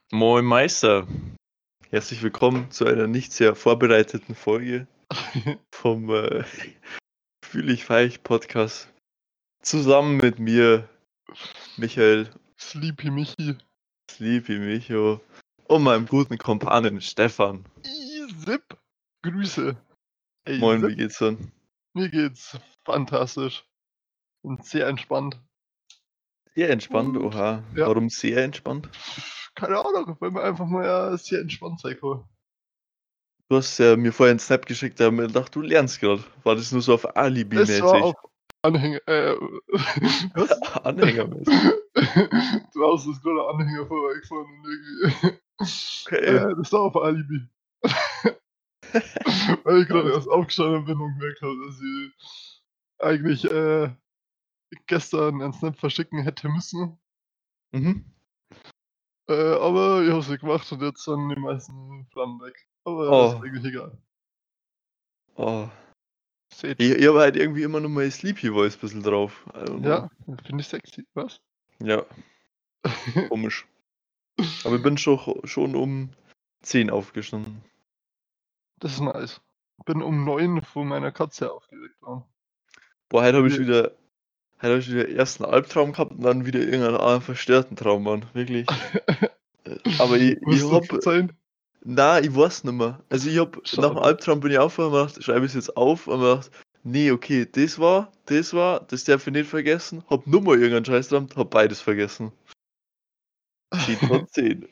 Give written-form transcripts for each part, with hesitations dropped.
Moin Meister, herzlich willkommen zu einer nicht sehr vorbereiteten Folge vom Fühl ich weich Podcast. Zusammen mit mir, Michael, Sleepy Michi. Sleepy Micho und meinem guten Kumpanen Stefan. Zip. Grüße. Ey, Moin, Zip. wie geht's denn? Mir geht's fantastisch. Und sehr entspannt. Sehr entspannt, Und, oha. ja. Warum sehr entspannt? Keine Ahnung, weil man einfach mal sehr entspannt sein kann. Du hast ja mir vorher einen Snap geschickt, da hab ich mir gedacht, du lernst gerade. War das nur so auf Es war Alibi-mäßig? auf Anhänger. Was? Anhängermäßig. Draußen ist gerade ein Anhänger vorbeigefahren und irgendwie. Okay. Das war auf Alibi. Weil ich gerade Nice. erst aufgestanden bin und gemerkt habe, dass ich eigentlich gestern einen Snap verschicken hätte müssen. Mhm. Aber ich habe es nicht gemacht und jetzt sind die meisten Flammen weg. Aber das ist Oh, eigentlich egal. oh. Sage. Ich habe halt irgendwie immer noch mal Sleepy Voice ein bisschen drauf. I don't know. Ja, finde ich sexy. Was? Ja, komisch. Aber ich bin schon um 10 aufgestanden. Das ist nice. Bin um 9 von meiner Katze aufgeweckt worden. Boah, heute habe ich Wir- wieder erst einen Albtraum gehabt und dann wieder irgendeinen anderen verstörten Traum, Mann. Wirklich. Aber ich Musst du hab. verzeihen? Na, ich weiß nicht mehr. Also ich hab nach dem Schade. Albtraum bin ich aufgewacht und gedacht, schreibe ich es jetzt auf und mir gedacht, nee, okay, das darf ich nicht vergessen. Hab nur mal irgendeinen Scheißtraum, hab beides vergessen. 10 von 10.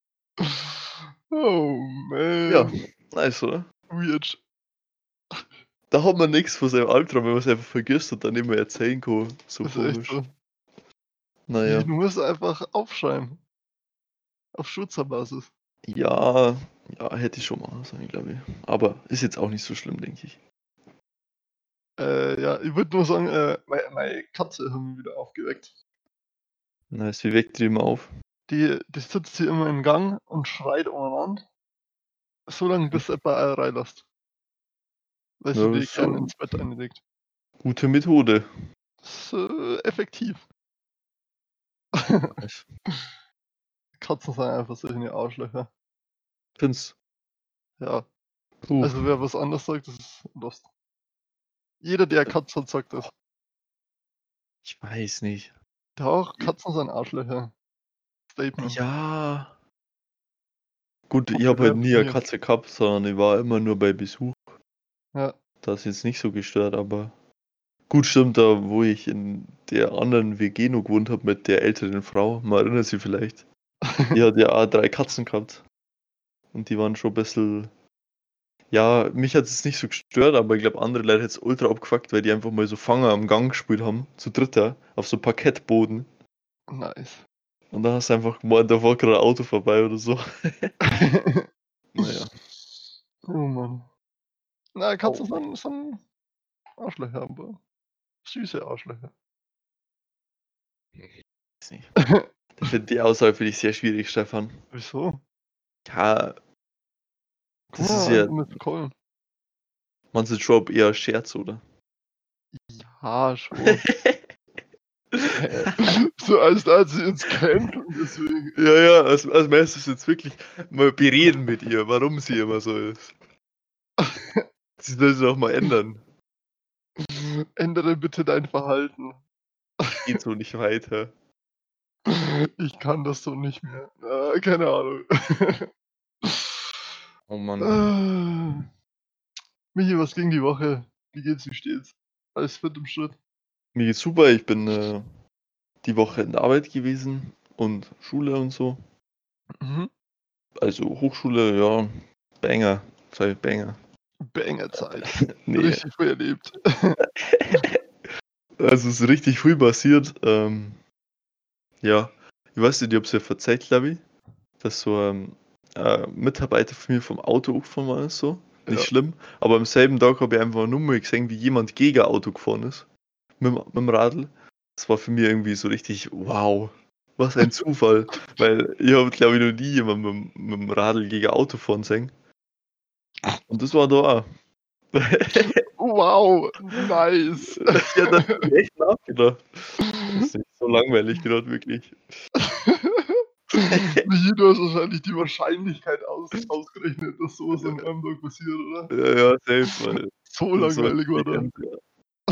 Oh Ja, man. nice, oder? Weird. Da hat man nichts von seinem Albtraum, wenn man es einfach vergisst und dann nicht mehr erzählen kann. So Das ist echt komisch. so. Naja. Du musst einfach aufschreiben. Auf Schutzerbasis. Ja, ja, hätte ich schon machen sollen, glaube ich. Aber ist jetzt auch nicht so schlimm, denke ich. Ja, ich würde nur sagen, meine Katze haben wir wieder aufgeweckt. Nice, wie weckt ihr immer auf? Die sitzt hier immer im Gang und schreit umeinander. So lange, bis du etwa Eier reinlässt. Weil sie Ja, die ist gerne so ins Bett einlegt. gute Methode. Das ist effektiv. Nice. Katzen sind einfach solche Arschlöcher. Find's. Ja. Puh. Also wer was anderes sagt, das ist lost. Jeder, der Katze hat, sagt das. Ich weiß nicht. Doch, Katzen sind Arschlöcher. Statement. Ja. Gut, ich habe halt Populäre nie eine Opinion. Katze gehabt, sondern ich war immer nur bei Besuch. Ja. Das ist jetzt nicht so gestört, aber gut, stimmt, da wo ich in der anderen WG noch gewohnt habe mit der älteren Frau, man erinnert sich vielleicht. Die hat ja auch 3 Katzen gehabt. Und die waren schon ein bisschen. Ja, mich hat es nicht so gestört, aber ich glaube, andere Leute hat es ultra abgefuckt, weil die einfach mal so Fanger am Gang gespielt haben, zu dritter, auf so Parkettboden. Nice. Und da hast du einfach gemeint, da war gerade ein Auto vorbei oder so. Naja. Oh Mann. Na, Oh. Katzen sind Arschlöcher, aber süße Arschlöcher. Weiß nicht. Ich finde die Aussage finde ich sehr schwierig, Stefan. Wieso? Ja, Guck das ist mal, ja, einfach mit Keulen. man sieht schon eher ein Scherz, oder? Ja, schon. So als da sie uns kennt und deswegen. Ja, als müsstest du jetzt wirklich mal bereden mit ihr, warum sie immer so ist. Sie soll sich auch mal ändern. Ändere bitte dein Verhalten. Geht so nicht weiter. Ich kann das so nicht mehr. Keine Ahnung. Oh Mann. Michi, was ging die Woche? Wie geht's, wie steht's? Alles fit im Schritt? Mir geht's super, ich bin die Woche in der Arbeit gewesen und Schule und so. Mhm. Also Hochschule, ja, Banger, sag ich Banger. Banger-Zeit. Nee, Richtig viel erlebt. also es ist richtig viel passiert. Ja, ich weiß nicht, ich hab's ja verzeiht, glaube ich, dass so Mitarbeiter von mir vom Auto gefahren war, ist so. Nicht Ja. schlimm, aber am selben Tag habe ich einfach nur mal gesehen, wie jemand gegen ein Auto gefahren ist. Mit dem Radl. Das war für mich irgendwie so richtig, wow, was ein Zufall. Weil ich habe, glaube ich, noch nie jemanden mit dem Radl gegen ein Auto fahren sehen. Und das war da auch. Wow, nice. Ja, da hab ich echt nachgedacht. Das ist nicht so langweilig gerade, wirklich. Wie, du hast wahrscheinlich die Wahrscheinlichkeit ausgerechnet, dass so was an einem Tag passiert, oder? Ja, ja, safe, weil So so langweilig war der. intelligent, ja.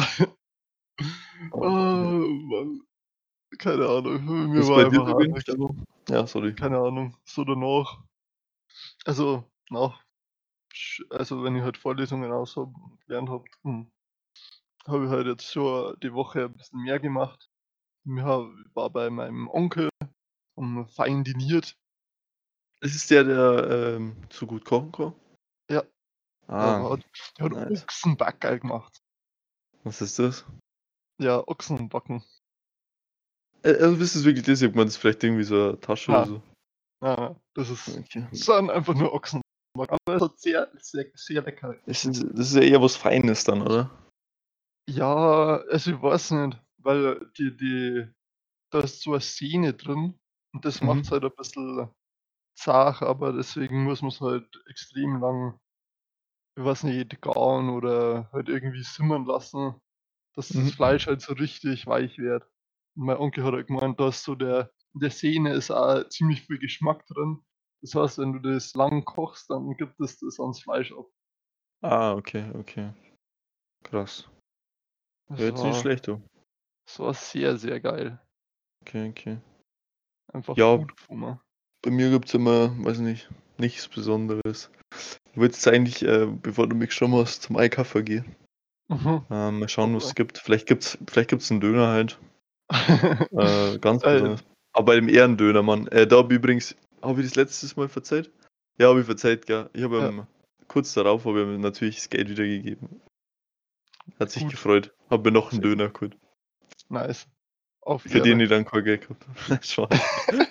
Oh, Mann. Keine Ahnung, Was mir ist bei war dir einfach so auch gewesen, nichts. Stefan? Ja, sorry. Keine Ahnung, so danach also, nach also, wenn ich halt Vorlesungen aus habe und gelernt habe, habe ich halt jetzt schon die Woche ein bisschen mehr gemacht. War bei meinem Onkel, fein diniert. Ist es der so gut kochen kann? Ja, der Ah, war der hat nice. Ochsenbackerl gemacht. Was ist das? Ja, Ochsenbacken. Also ist es wirklich das? Ich habe gemeint, das ist vielleicht irgendwie so 'ne Tasche oder Ha, so. das Okay. sind einfach nur Ochsenbacken, aber es hat sehr lecker geschmeckt. Das ist ja eher was Feines dann, oder? Ja, also, ich weiß nicht, weil da ist so 'ne Sehne drin und das Mhm. macht's halt ein bisschen zart, aber deswegen muss man's halt extrem lang, ich weiß nicht, garen oder halt irgendwie simmern lassen, dass das Mhm. Fleisch halt so richtig weich wird. Und mein Onkel hat halt gemeint, da ist so in der Sehne ist auch ziemlich viel Geschmack drin. Das heißt, wenn du das lang kochst, dann gibt es das ans Fleisch ab. Ah, okay, okay. Krass. Ja, Das jetzt nicht war schlecht, du. das war sehr, sehr geil. Okay, okay. Einfach Ja, gut gefunden. bei mir gibt's immer, weiß nicht, nichts Besonderes. Ich wollte jetzt eigentlich, bevor du mich geschoben hast, zum Einkaufen gehen. Mhm. Mal schauen, was Aber es gibt. Vielleicht gibt's 'n Döner halt, ganz äh, besonders. Aber bei dem Ehrendöner, Mann. Da habe ich das letztes Mal verzeiht? Ja, habe ich verzeiht, gell. Ich habe ja, ihm kurz darauf habe ich ihm natürlich das Geld wiedergegeben. Hat sich gut, gefreut. Habe mir noch 'n sehr gut. Döner geholt, Nice. Auf für den Ehre. ich dann kein Geld gehabt habe. Schmarrn.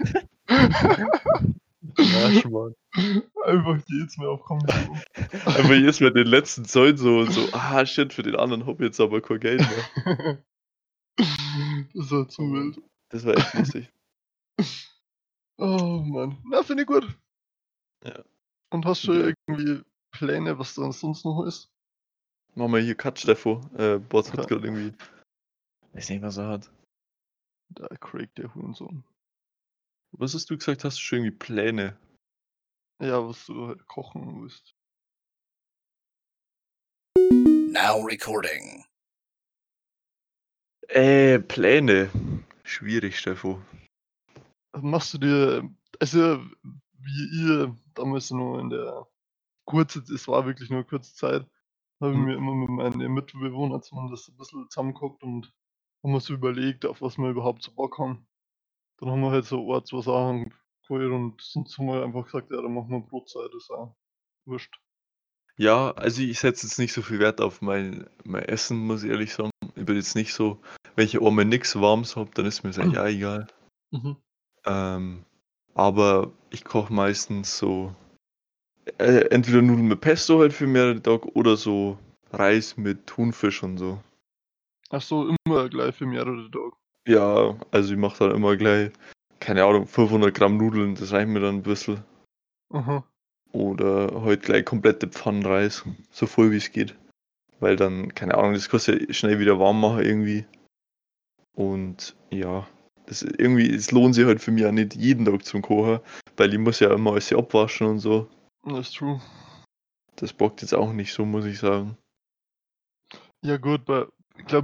Ja, Schmarrn. Einfach geht's mir auf Kommission. Aber jedes Mal den letzten Zoll so: „Ah, shit, für den anderen habe ich jetzt aber kein Geld mehr.“ Das war zu Oh, wild. das war echt lustig. Oh Mann. Na, finde ich gut. Ja, Und hast du ja. irgendwie Pläne, was dann sonst noch ist? Machen wir hier Cut, Steffo. Boss hat Okay, grad irgendwie weiß nicht, was er hat. der Craig, der Hurensohn. Was hast du gesagt? Hast du schon irgendwie Pläne? Ja, was du halt kochen willst. Now recording. Pläne. Schwierig, Steffo. Machst du dir also, wie ihr damals noch in der es war wirklich nur kurze Zeit, habe ich Mhm. mir immer mit meinen Mitbewohnern zumindest ein bisschen zusammengehockt und haben uns so überlegt, auf was wir überhaupt so Bock haben. Dann haben wir halt so ein, 2 Sachen geholt und sonst haben wir einfach gesagt: „Ja, dann machen wir Brotzeit, ist auch wurscht.“ Ja, also ich setze jetzt nicht so viel Wert auf mein Essen, muss ich ehrlich sagen. Ich bin jetzt nicht so, wenn ich einmal nix Warmes habe, dann ist mir's eigentlich auch egal. Mhm. Ähm, aber ich koche meistens so, entweder Nudeln mit Pesto halt für mehrere Tage oder so Reis mit Thunfisch und so. Ach so, immer gleich für mehrere Tage. Ja, also ich mache dann immer gleich, keine Ahnung, 500 Gramm Nudeln, das reicht mir dann ein bisschen. Aha. Oder halt gleich komplette Pfannen Reis, so voll wie es geht. Weil dann, keine Ahnung, das kannst du ja schnell wieder warm machen irgendwie. Und ja, es lohnt sich halt für mich auch nicht jeden Tag zum Kochen, weil ich muss ja immer alles abwaschen und so. Das ist true. Das bockt jetzt auch nicht so, muss ich sagen. Ja gut, weil ich glaube,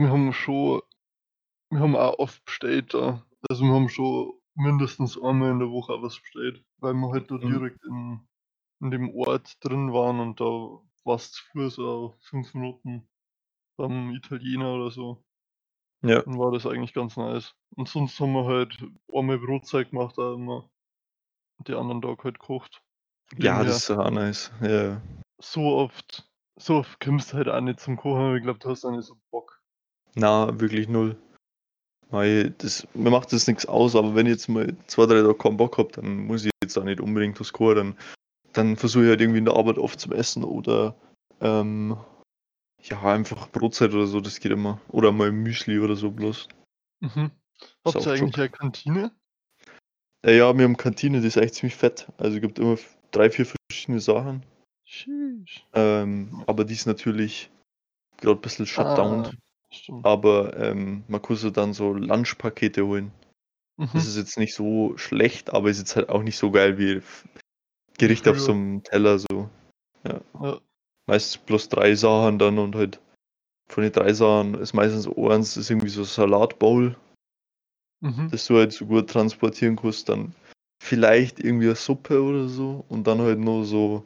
wir haben auch oft bestellt da. Also, wir haben schon mindestens einmal in der Woche auch was bestellt, weil wir halt da Mhm. direkt in dem Ort drin waren und da war's zu Fuß auch 5 Minuten beim Italiener oder so. Ja. Dann war das eigentlich ganz nice. Und sonst haben wir halt einmal Brotzeit gemacht, auch immer die anderen Tag halt gekocht. Von dem Ja, das her, ist auch nice. Ja. so oft so oft kommst du halt auch nicht zum Kochen, aber ich glaube, du hast auch nicht so Bock. Na, wirklich null. Weil mir macht das nichts aus, aber wenn ich jetzt mal 2, 3 Tage keinen Bock habe, dann muss ich jetzt auch nicht unbedingt was kochen. Dann versuche ich halt irgendwie in der Arbeit oft zum Essen oder ähm, ja, einfach Brotzeit oder so, das geht immer. Oder mal Müsli oder so bloß. Mhm. Ist Habt ihr auch schon eigentlich okay. eine Kantine? Ja, wir haben Kantine, die ist echt ziemlich fett. Also gibt immer 3, 4 verschiedene Sachen. Sheesh. Aber die ist natürlich gerade ein bisschen Ah, shutdown. stimmt. Aber man kann sich dann so Lunchpakete holen. Das Mhm. ist jetzt nicht so schlecht, aber ist jetzt halt auch nicht so geil wie Gericht auf so Früher. einem Teller so. Ja. Ja. Meistens bloß 3 Sachen dann und halt von den 3 Sachen ist meistens eins ist irgendwie so ein Salatbowl, Mhm. das du halt so gut transportieren kannst. Dann vielleicht irgendwie eine Suppe oder so und dann halt nur so,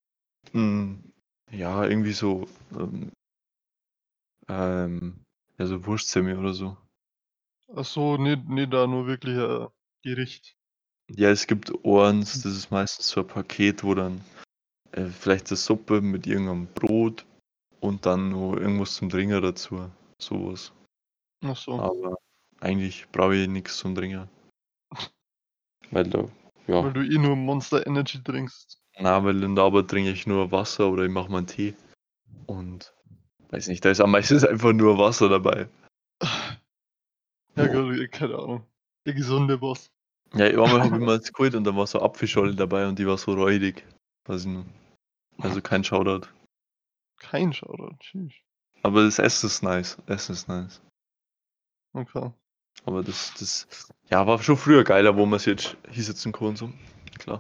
ja, irgendwie so, ja, so Wurstsemmel oder so. Ach so, nee, da nur wirklich ein Gericht. Ja, es gibt eins, das ist meistens so ein Paket, wo dann vielleicht eine Suppe mit irgendeinem Brot und dann noch irgendwas zum Trinken dazu. Sowas. Ach so. Aber eigentlich brauche ich nichts zum Trinken. Weil da, ja, Weil du eh nur Monster Energy trinkst. weil in der Arbeit trinke ich nur Wasser oder ich mache mal einen Tee. Und weiß nicht, da ist am meisten einfach nur Wasser dabei. Ja gut, keine Ahnung. Der gesunde Boss. Ja, einmal habe ich mal jetzt geholt und da war so Apfelschorle dabei und die war so räudig. Weiß ich nicht. Also kein Shoutout. Kein Shoutout. Tschüss. Aber das Essen ist nice. Essen ist nice. Okay. Aber das, ja, war schon früher geiler, wo man sich jetzt hinsetzen kann und so. Klar.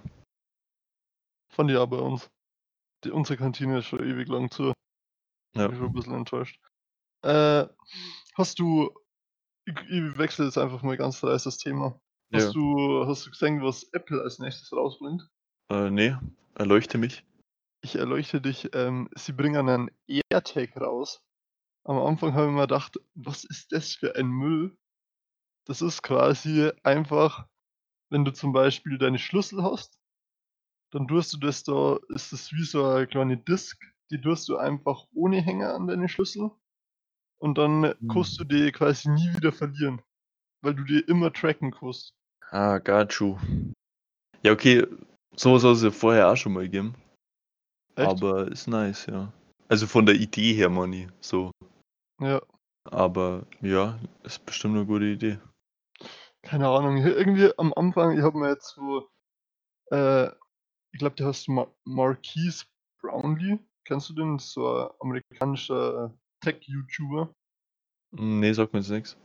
Fand ich auch bei uns. Unsere Kantine ist schon ewig lang zu. Ja. Bin ich schon ein bisschen enttäuscht. Äh, hast du, ich wechsle jetzt einfach mal ganz dreist das Thema. Ja. Hast du gesehen, was Apple als nächstes rausbringt? Nee, erleuchte mich. Ich erleuchte dich, sie bringen einen AirTag raus. Am Anfang habe ich mir gedacht, was ist das für ein Müll? Das ist quasi einfach, wenn du zum Beispiel deine Schlüssel hast, dann tust du das da, ist das wie so eine kleine Disk, die tust du einfach ohne Hänger an deine Schlüssel und dann kannst du die quasi nie wieder verlieren, weil du die immer tracken kannst. Ah, got you. Ja, okay, sowas hat es ja vorher auch schon mal gegeben. Echt? Aber ist nice, ja. Also von der Idee her, Money. So. Ja, Aber ja, ist bestimmt eine gute Idee. keine Ahnung. Irgendwie am Anfang, ich habe mir jetzt so, äh, ich glaube, der heißt Marquise Brownlee. Kennst du den? So ein amerikanischer Tech-YouTuber. Nee, sagt mir jetzt nichts.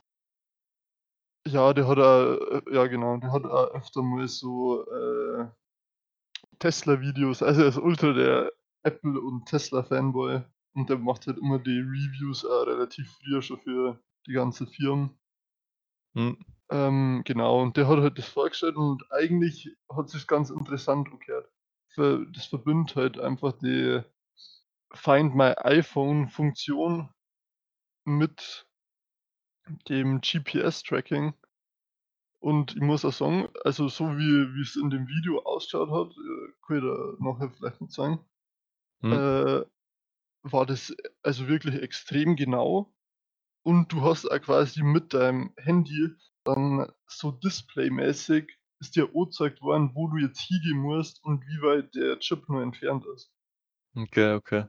Ja, ja genau, der hat auch öfter mal so Tesla-Videos. Also er ist ultra der Apple- und Tesla-Fanboy. Und der macht halt immer die Reviews relativ früher schon für die ganzen Firmen. Hm. Genau, und der hat halt das vorgestellt und eigentlich hat sich ganz interessant angehört. Das verbindet halt einfach die Find My iPhone-Funktion mit dem GPS-Tracking. Und ich muss auch sagen, also so wie es in dem Video ausschaut hat, kann ich da nachher vielleicht noch sagen, Hm. äh, war das also wirklich extrem genau. Und du hast auch quasi mit deinem Handy dann so displaymäßig ist dir angezeigt worden, wo du jetzt hingehen musst und wie weit der Chip nur entfernt ist. Okay, okay.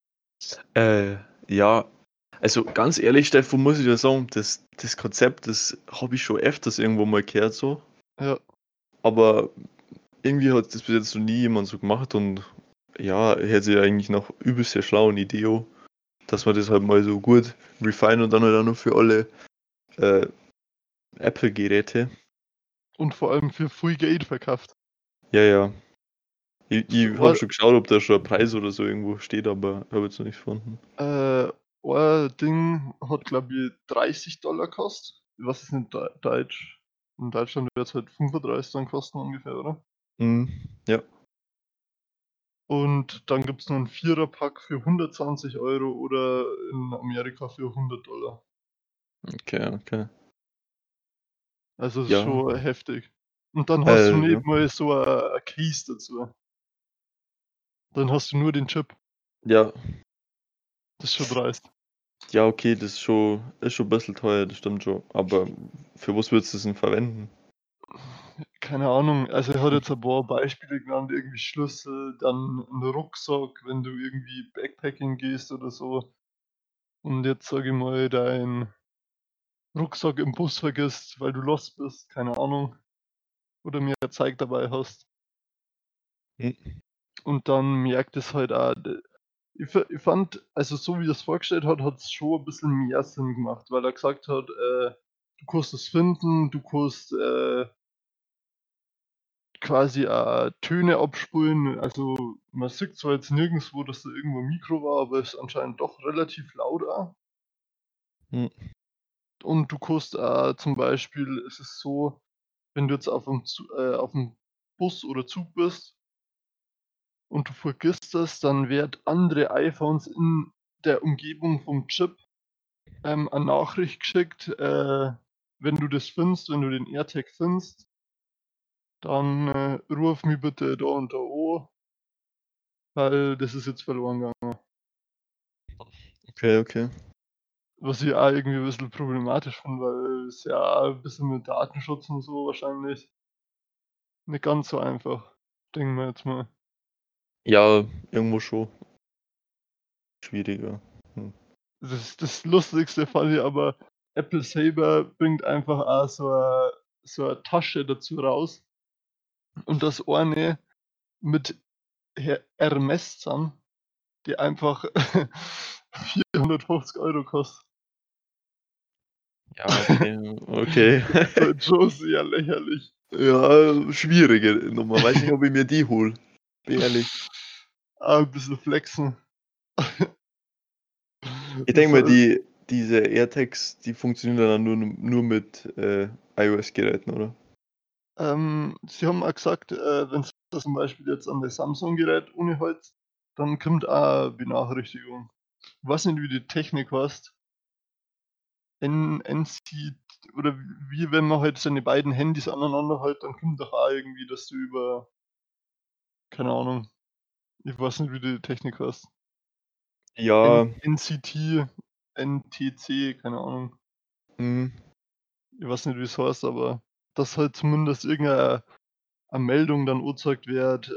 Ja, also ganz ehrlich, Stefan, muss ich dir sagen, das Konzept, das habe ich schon öfters irgendwo mal gehört so. Ja, Aber irgendwie hat das bis jetzt noch nie jemand so gemacht und ja, hätte sich eigentlich noch übelst sehr schlauen Idee, auch, dass man das halt mal so gut refine und dann halt auch noch für alle äh, Apple-Geräte. und vor allem für Full Gate verkauft. Ja, ja. Ich habe Or schon geschaut, ob da schon ein Preis oder so irgendwo steht, aber habe jetzt noch nichts gefunden. ein Ding hat, glaube ich, $30 gekostet. Was ist in Deutsch? In Deutschland wird es halt 35 dann kosten ungefähr, oder? Mhm. Ja. Und dann gibt es noch einen Vierer-Pack für 120 € oder in Amerika für $100. Okay, okay. Also das ist Ja. schon heftig. Und dann hast du Ja. nicht mal so ein Case dazu. Dann hast du nur den Chip. Ja. Das ist schon dreist. Ja, okay, das ist schon ein bisschen teuer, das stimmt schon. Aber für was würdest du das denn verwenden? Keine Ahnung, also er hat jetzt ein paar Beispiele genannt, irgendwie Schlüssel, dann 'n Rucksack, wenn du irgendwie Backpacking gehst oder so und jetzt, sage ich mal, deinen Rucksack im Bus vergisst, weil du lost bist, keine Ahnung, oder mehr Zeug dabei hast. Hm. Und dann merkt es halt auch, ich fand, also so wie er es vorgestellt hat, hat es schon ein bisschen mehr Sinn gemacht, weil er gesagt hat, du kannst es finden, du kannst quasi Töne abspulen. Also man sieht zwar jetzt nirgendwo, dass da irgendwo ein Mikro war, aber es ist anscheinend doch relativ laut auch. Hm. Und du kannst zum Beispiel, es ist so, wenn du jetzt auf dem Bus oder Zug bist und du vergisst das, dann werden andere iPhones in der Umgebung vom Chip eine Nachricht geschickt, wenn du das findest, wenn du den AirTag findest, dann ruf mich bitte da und da an, weil das ist jetzt verloren gegangen. Okay. Was ich auch irgendwie ein bisschen problematisch finde, weil es ja auch ein bisschen mit Datenschutz und so wahrscheinlich nicht ganz so einfach, denken wir jetzt mal. Ja, irgendwo schon schwieriger. Das Lustigste fand ich aber, Apple selber bringt einfach auch so eine Tasche dazu raus und das eine mit Hermes zusammen, die einfach 450 € kostet. Ja, okay. Das ist halt schon sehr lächerlich. Ja, schwierige Nummer. Weiß nicht, ob ich mir die hole. Bin ehrlich. Ein bisschen flexen. Ich Das denke mal, halt, diese AirTags, die funktionieren dann nur mit iOS-Geräten, oder? sie haben auch gesagt, wenn du zum Beispiel jetzt an das Samsung-Gerät anhältst, dann kommt auch eine Benachrichtigung. Ich weiß nicht, wie die Technik heißt. NC oder wie wenn man halt seine beiden Handys aneinander hält, dann kommt doch auch irgendwie, dass du über, keine Ahnung, ich weiß nicht, wie die Technik heißt. Ja, NCT, NTC, keine Ahnung. hm, Ich weiß nicht, wie es heißt, aber dass halt zumindest irgendeine Meldung dann angezeigt wird,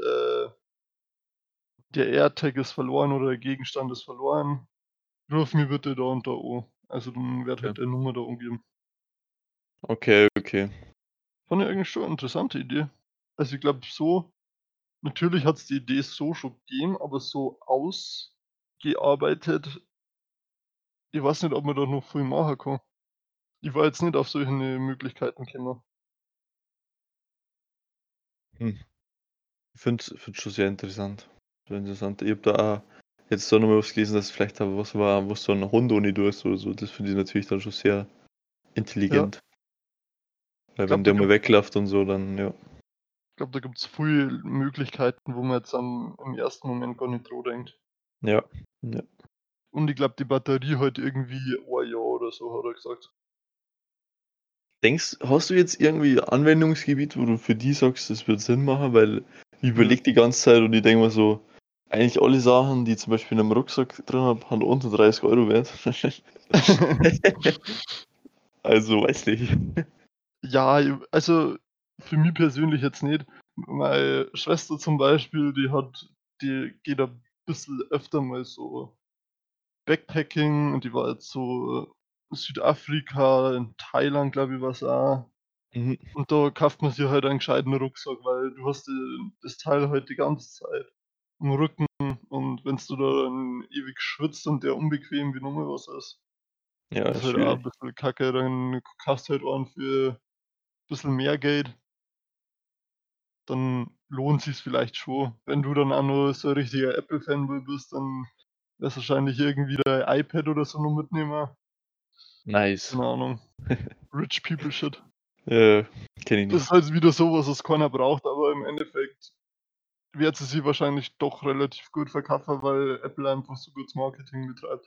der AirTag ist verloren oder der Gegenstand ist verloren. Ruf mich bitte da und da an. Also dann wird halt okay. der Nummer da angegeben. Okay. Fand ich eigentlich schon eine interessante Idee. Also ich glaube so, natürlich hat es die Idee so schon gegeben, aber so ausgearbeitet, ich weiß nicht, ob man da noch viel machen kann. Ich war jetzt nicht auf solche Möglichkeiten gekommen. Hm. Ich find's schon sehr interessant. Sehr interessant. Ich habe da auch jetzt so nochmal was gelesen, dass es vielleicht da was war, wo so ein Hund ohne durch oder so. Das finde ich natürlich dann schon sehr Ja, intelligent. ich Weil wenn glaube, da der mal gibt wegläuft und so, dann ja. ich glaube, da gibt's viele Möglichkeiten, wo man jetzt im ersten Moment gar nicht dran denkt. Ja. Ja. Und ich glaube, die Batterie halt irgendwie ein Jahr oder so, hat er gesagt. Hast du jetzt irgendwie ein Anwendungsgebiet, wo du für die sagst, das wird Sinn machen? Weil ich Nö. überlege die ganze Zeit und ich denke mir so, eigentlich alle Sachen, die ich zum Beispiel in einem Rucksack drin habe, haben unter 30 € wert. Also, weiß nicht. Ja, also für mich persönlich jetzt nicht. Meine Schwester zum Beispiel, die geht ein bisschen öfter mal so Backpacking und die war jetzt so Südafrika, in Thailand, glaube ich, war's auch. Mhm. Und da kauft man sich halt einen gescheiten Rucksack, weil du hast das Teil halt die ganze Zeit am Rücken und wenn du da dann ewig schwitzt und der unbequem wie normal was ist, Ja, ist ist halt auch schwierig. ein bisschen kacke. Dann kaufst du halt einen für ein bisschen mehr Geld, dann lohnt sich's vielleicht schon. Wenn du dann auch noch so ein richtiger Apple-Fanboy bist, dann wirst du wahrscheinlich irgendwie dein iPad oder so noch mitnehmen. Nice. Keine Ahnung. Rich People Shit. Kenne ich Das nicht. ist halt wieder so was, was keiner braucht, aber im Endeffekt wird sie sich wahrscheinlich doch relativ gut verkaufen, weil Apple einfach so gutes Marketing betreibt.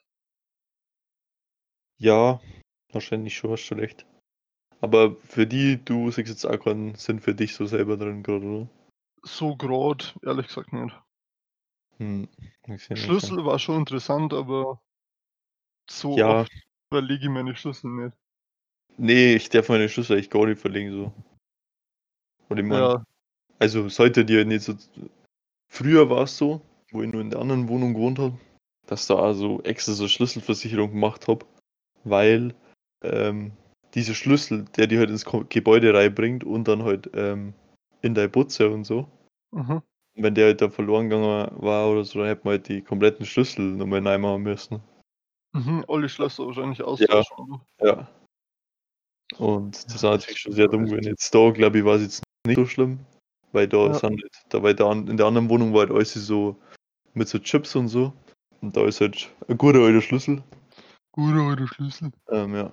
Ja, wahrscheinlich schon, hast du recht. Aber für die, du sagst jetzt auch keinen Sinn für dich so selber drin gerade, oder? So grad, ehrlich gesagt nicht. Hm, okay. Schlüssel war schon interessant, aber so Ja, oft überlege ich meine Schlüssel nicht. nee, ich darf meine Schlüssel eigentlich gar nicht verlegen, so. Und ich meine, Ja, also sollte dir nicht so. Früher war es so, wo ich nur in der anderen Wohnung gewohnt habe, dass da also extra so Schlüsselversicherung gemacht habe, weil ähm, dieser Schlüssel, der die halt ins Gebäude reinbringt und dann halt in deine Butze und so, mhm. und wenn der halt da verloren gegangen war oder so, dann hätte man halt die kompletten Schlüssel nochmal neu machen müssen. Mhm, alle Schlösser wahrscheinlich Ja, austauschen, oder? ja. Und das ist Ja, natürlich schon sehr dumm gewesen. Jetzt da, glaube ich, war es jetzt nicht so schlimm, weil da Ja. sind halt, weil da in der anderen Wohnung war halt alles so mit so Chips und so. Und da ist halt ein guter alter Schlüssel. Guter alter Schlüssel. Ja.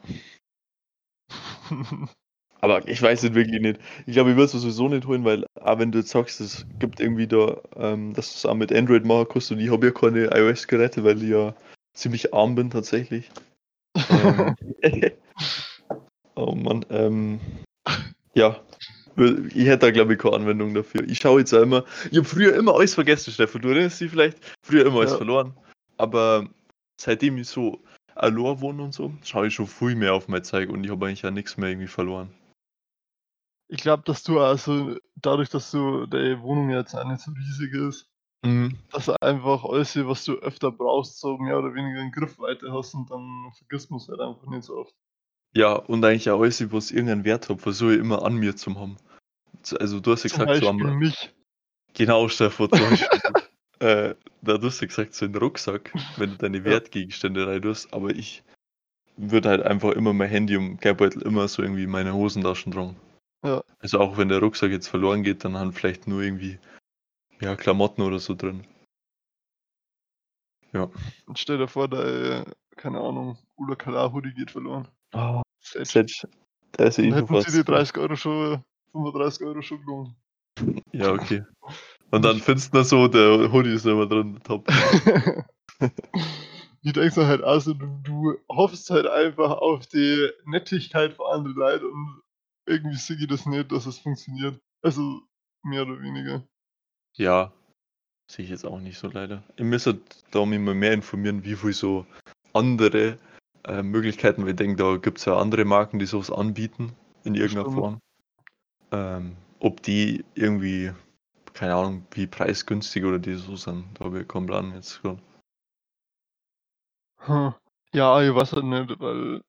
Aber ich weiß es wirklich nicht. Ich glaube, ich würde es sowieso nicht holen, weil auch wenn du jetzt sagst, es gibt irgendwie da, dass du es auch mit Android machen kannst und ich habe ja keine iOS-Geräte, weil ich ja ziemlich arm bin tatsächlich. Ähm, oh Mann, ja. Ich hätte da glaube ich keine Anwendung dafür. Ich schaue jetzt auch immer, ich habe früher immer alles vergessen, Stefan, du erinnerst dich vielleicht? Früher immer alles Ja. verloren. Aber seitdem ich so allein wohne und so, schaue ich schon viel mehr auf mein Zeug und ich habe eigentlich ja nichts mehr irgendwie verloren. Ich glaube, dass du also dadurch, dass du deine Wohnung jetzt auch nicht so riesig ist, Mhm. dass du einfach alles, was du öfter brauchst, so mehr oder weniger in Griffweite hast und dann vergisst man es halt einfach nicht so oft. Ja, und eigentlich auch alles, was irgendeinen Wert hat, versuche ich immer an mir zu haben. Also du hast ja Zum gesagt, so Beispiel am mich. genau, Stefan, zum Beispiel. Da du hast ja gesagt, so in den Rucksack, wenn du deine Ja. Wertgegenstände rein tust, aber ich würde halt einfach immer mein Handy und Geldbeutel immer so irgendwie in meine Hosentaschen tragen. Ja. Also auch wenn der Rucksack jetzt verloren geht, dann haben vielleicht nur irgendwie, ja, Klamotten oder so drin. Ja. Und stell dir vor, dein, keine Ahnung, Ula Kala Hoodie geht verloren. Oh, Sad. da ist ja Und eh schon hätten sie fast. die 30 Euro schon, 35 Euro schon gelohnt. Ja, okay. Und dann findest du noch so, der Hoodie ist immer drin, top. Ich denke so halt, also du hoffst halt einfach auf die Nettigkeit von anderen Leuten und irgendwie sehe ich das nicht, dass es funktioniert. Also mehr oder weniger. Ja, sehe ich jetzt auch nicht so leider. Ich müsste da mich mal mehr informieren, wie viel so andere Möglichkeiten, weil ich denke, da gibt es ja andere Marken, die sowas anbieten in irgendeiner Bestimmt. Form. Ob die irgendwie, keine Ahnung, wie preisgünstig oder die so sind, da habe ich keinen Plan jetzt gerade. Hm. Ja, ich weiß halt nicht, weil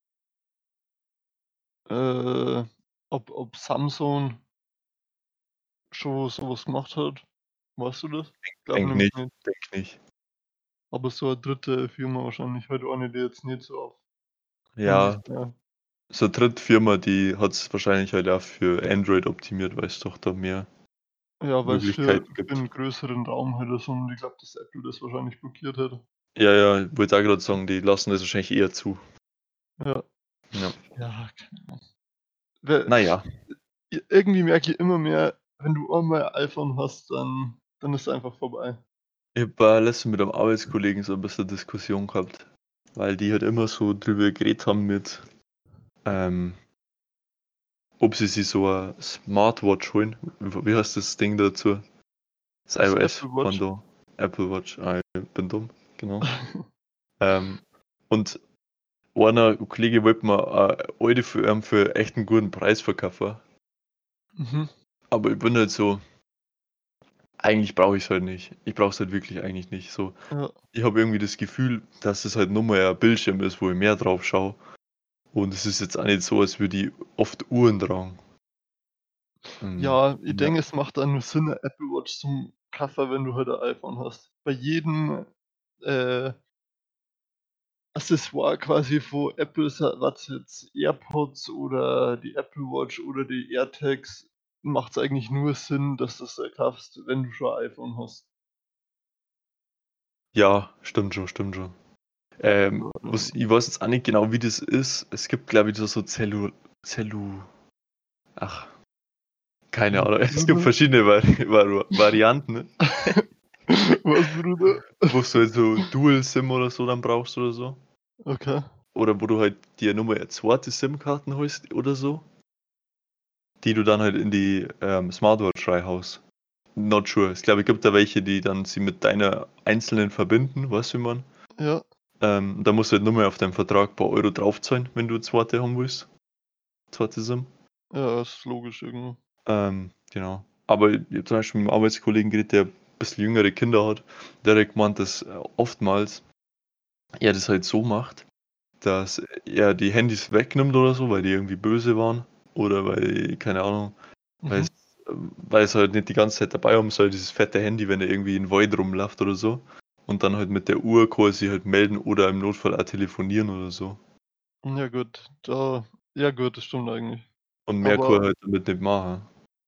äh, ob Samsung schon sowas gemacht hat. Weißt du das? Glaube Denk nämlich nicht, nicht. denk nicht. Aber so eine dritte Firma wahrscheinlich halt eine, die jetzt nicht so auf Handys Ja, ja. so eine Drittfirma, die hat es wahrscheinlich halt auch für Android optimiert, weil es doch da mehr Ja, weil es für Möglichkeiten gibt. einen größeren Raum halt ist und ich glaube, dass Apple das wahrscheinlich blockiert hat. Ja, ja, ich wollte auch gerade sagen, die lassen das wahrscheinlich eher zu. Ja. Ja. Ja, keine Ahnung. Weil Naja, irgendwie merke ich immer mehr, wenn du einmal ein iPhone hast, dann ist es einfach vorbei. ich habe letztens mit einem Arbeitskollegen so ein bisschen Diskussion gehabt, weil die halt immer so drüber geredet haben mit, ähm, ob sie sich so eine Smartwatch holen. Wie heißt das Ding dazu? Das Das iOS Apple von Watch. der Apple Watch. Ah, ich bin dumm, genau. Ähm, und einer Kollege wollte mir eine alte für echt einen guten Preis verkaufen. Mhm. Aber ich bin halt so, eigentlich brauche ich es halt nicht. Ich brauche es halt wirklich eigentlich nicht. So, Ja. ich habe irgendwie das Gefühl, dass es halt nur mal ein Bildschirm ist, wo ich mehr drauf schaue. Und es ist jetzt auch nicht so, als würde ich oft Uhren tragen. Ja, ich Ja. denke, es macht dann nur Sinn, 'ne Apple Watch zum Kaffer, wenn du halt ein iPhone hast. Bei jedem, äh, Accessoire quasi von Apple, was jetzt AirPods oder die Apple Watch oder die AirTags, macht's eigentlich nur Sinn, dass du's kaufst, wenn du schon ein iPhone hast. Ja, stimmt schon, stimmt schon. Ich weiß jetzt auch nicht genau, wie das ist. Es gibt, glaube ich, so ach, keine Ahnung. Es gibt Bruder? verschiedene Varianten, ne? Was, Bruder? Wo du halt so Dual-SIM oder so dann brauchst oder so. Okay. Oder wo du halt dir nur mal eine zweite SIM-Karten holst oder so, die du dann halt in die Smartwatch reinhaust. Not sure. Ich glaube, es gibt da welche, die dann sie mit deiner einzelnen verbinden, weißt du, wie man? Ja. Da musst du halt nur mal auf deinen Vertrag ein paar Euro draufzahlen, wenn du eine zweite haben willst. Zweite SIM. Ja, ist logisch irgendwo. Genau. Aber ich habe zum Beispiel mit einem Arbeitskollegen geredet, der ein bisschen jüngere Kinder hat. Der hat gemeint, dass oftmals er das halt so macht, dass er die Handys wegnimmt oder so, weil die irgendwie böse waren. Oder weil, keine Ahnung, weil Mhm. es halt nicht die ganze Zeit dabei haben soll, dieses fette Handy, wenn er irgendwie in den Wald rumläuft oder so. Und dann halt mit der Uhr quasi halt melden oder im Notfall auch telefonieren oder so. Ja gut, da Ja gut, das stimmt eigentlich. Und mehr kann Aber er halt damit nicht machen.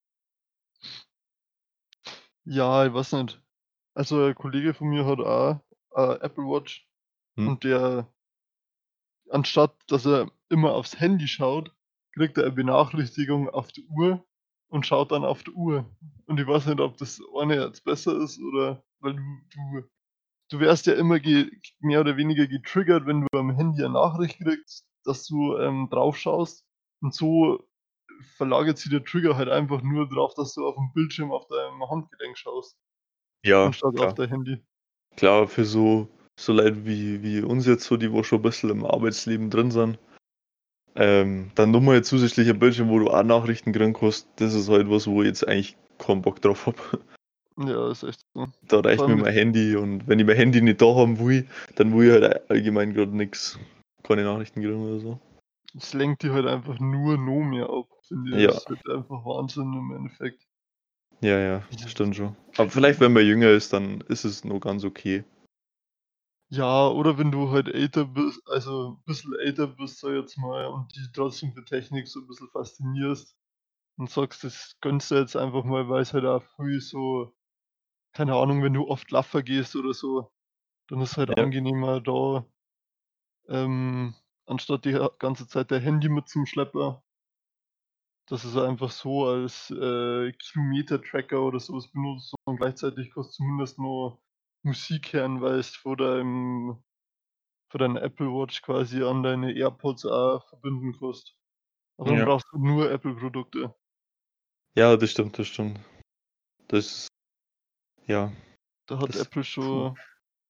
ja, ich weiß nicht. Also ein Kollege von mir hat auch a Apple Watch Hm? und der anstatt dass er immer aufs Handy schaut, kriegt er 'ne Benachrichtigung auf die Uhr und schaut dann auf die Uhr. Und ich weiß nicht, ob das eine jetzt besser ist oder weil du wärst ja immer mehr oder weniger getriggert, wenn du am Handy 'ne Nachricht kriegst, dass du, drauf schaust. Und so verlagert sich der Trigger halt einfach nur drauf, dass du auf 'n Bildschirm auf deinem Handgelenk schaust, Ja, anstatt auf klar. dein Handy. Klar, für so Leute wie uns jetzt so, die wo schon 'n bisschen im Arbeitsleben drin sind, dann noch mal 'n zusätzlicher Bildschirm, wo du auch Nachrichten kriegen kannst, das ist halt was, wo ich jetzt eigentlich keinen Bock drauf habe. Ja, ist echt so. Da Vor reicht mir allem mein Handy und wenn ich mein Handy nicht da haben will, dann will ich halt allgemein grad nix. Keine Nachrichten kriegen oder so. das lenkt dich halt einfach nur noch mehr ab, finde ich. Das Ja, ist halt einfach Wahnsinn im Endeffekt. ja, ja, das stimmt schon. Aber vielleicht, wenn man jünger ist, dann ist es noch ganz okay. Ja, oder wenn du halt älter bist, also 'n bisschen älter bist, sage ich jetzt mal, und dich trotzdem für Technik so 'n bisschen faszinierst und sagst, das gönnst du jetzt einfach mal, weil's halt auch viel so keine Ahnung, wenn du oft Laffer gehst oder so, dann ist halt Ja, angenehmer da, ähm, anstatt die ganze Zeit dein Handy mit zum Schlepper, dass du's einfach so als, Kilometer-Tracker oder so was benutzt und gleichzeitig kannst zumindest noch Musik hören, weil's vor deiner Apple Watch quasi an deine AirPods auch verbinden kannst. Aber dann ja. brauchst du nur Apple-Produkte. Ja, das stimmt, das stimmt. Das ja, Da hat das Apple puh. schon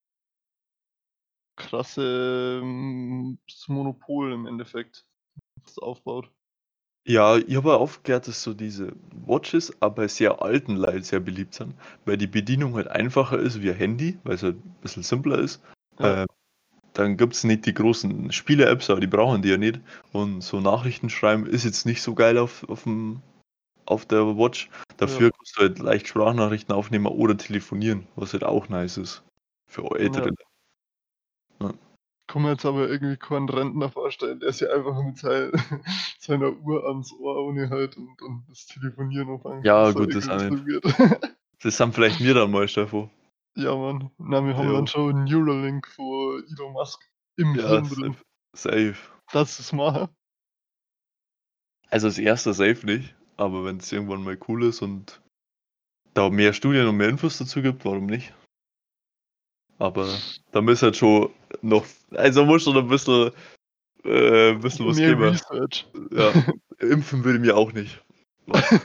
krasse das Monopol im Endeffekt, was aufbaut. Ja, ich habe auch aufgehört, dass so diese Watches aber bei sehr alten Leuten sehr beliebt sind, weil die Bedienung halt einfacher ist wie ein Handy, weil's halt 'n bisschen simpler ist. Ja, Ähm, Dann gibt's nicht die großen Spiele-Apps, aber die brauchen die ja nicht. Und so Nachrichten schreiben ist jetzt nicht so geil auf der Watch. ja, Dafür kannst du halt leicht Sprachnachrichten aufnehmen oder telefonieren, was halt auch nice ist für ältere ja. Leute. Ja. Kann mir jetzt aber irgendwie keinen Rentner vorstellen, der sich einfach mit seiner Uhr ans Ohr anhält und das Telefonieren anfängt. Das Ja, ist doch gut, das irgendwie 'n auch nicht. bisschen weird. Das sind vielleicht wir dann mal, Steffo. Ja, Mann. Na, wir haben Ja, dann schon Neuralink von Elon Musk im ja, Hirn drin. safe. Safe. Das ist machen. Also als Erster safe nicht, aber wenn es irgendwann mal cool ist und da mehr Studien und mehr Infos dazu gibt, warum nicht? Aber da muss halt schon noch, also muss schon ein bisschen was Mehr geben. Research. Ja, impfen will ich mir auch nicht. Was?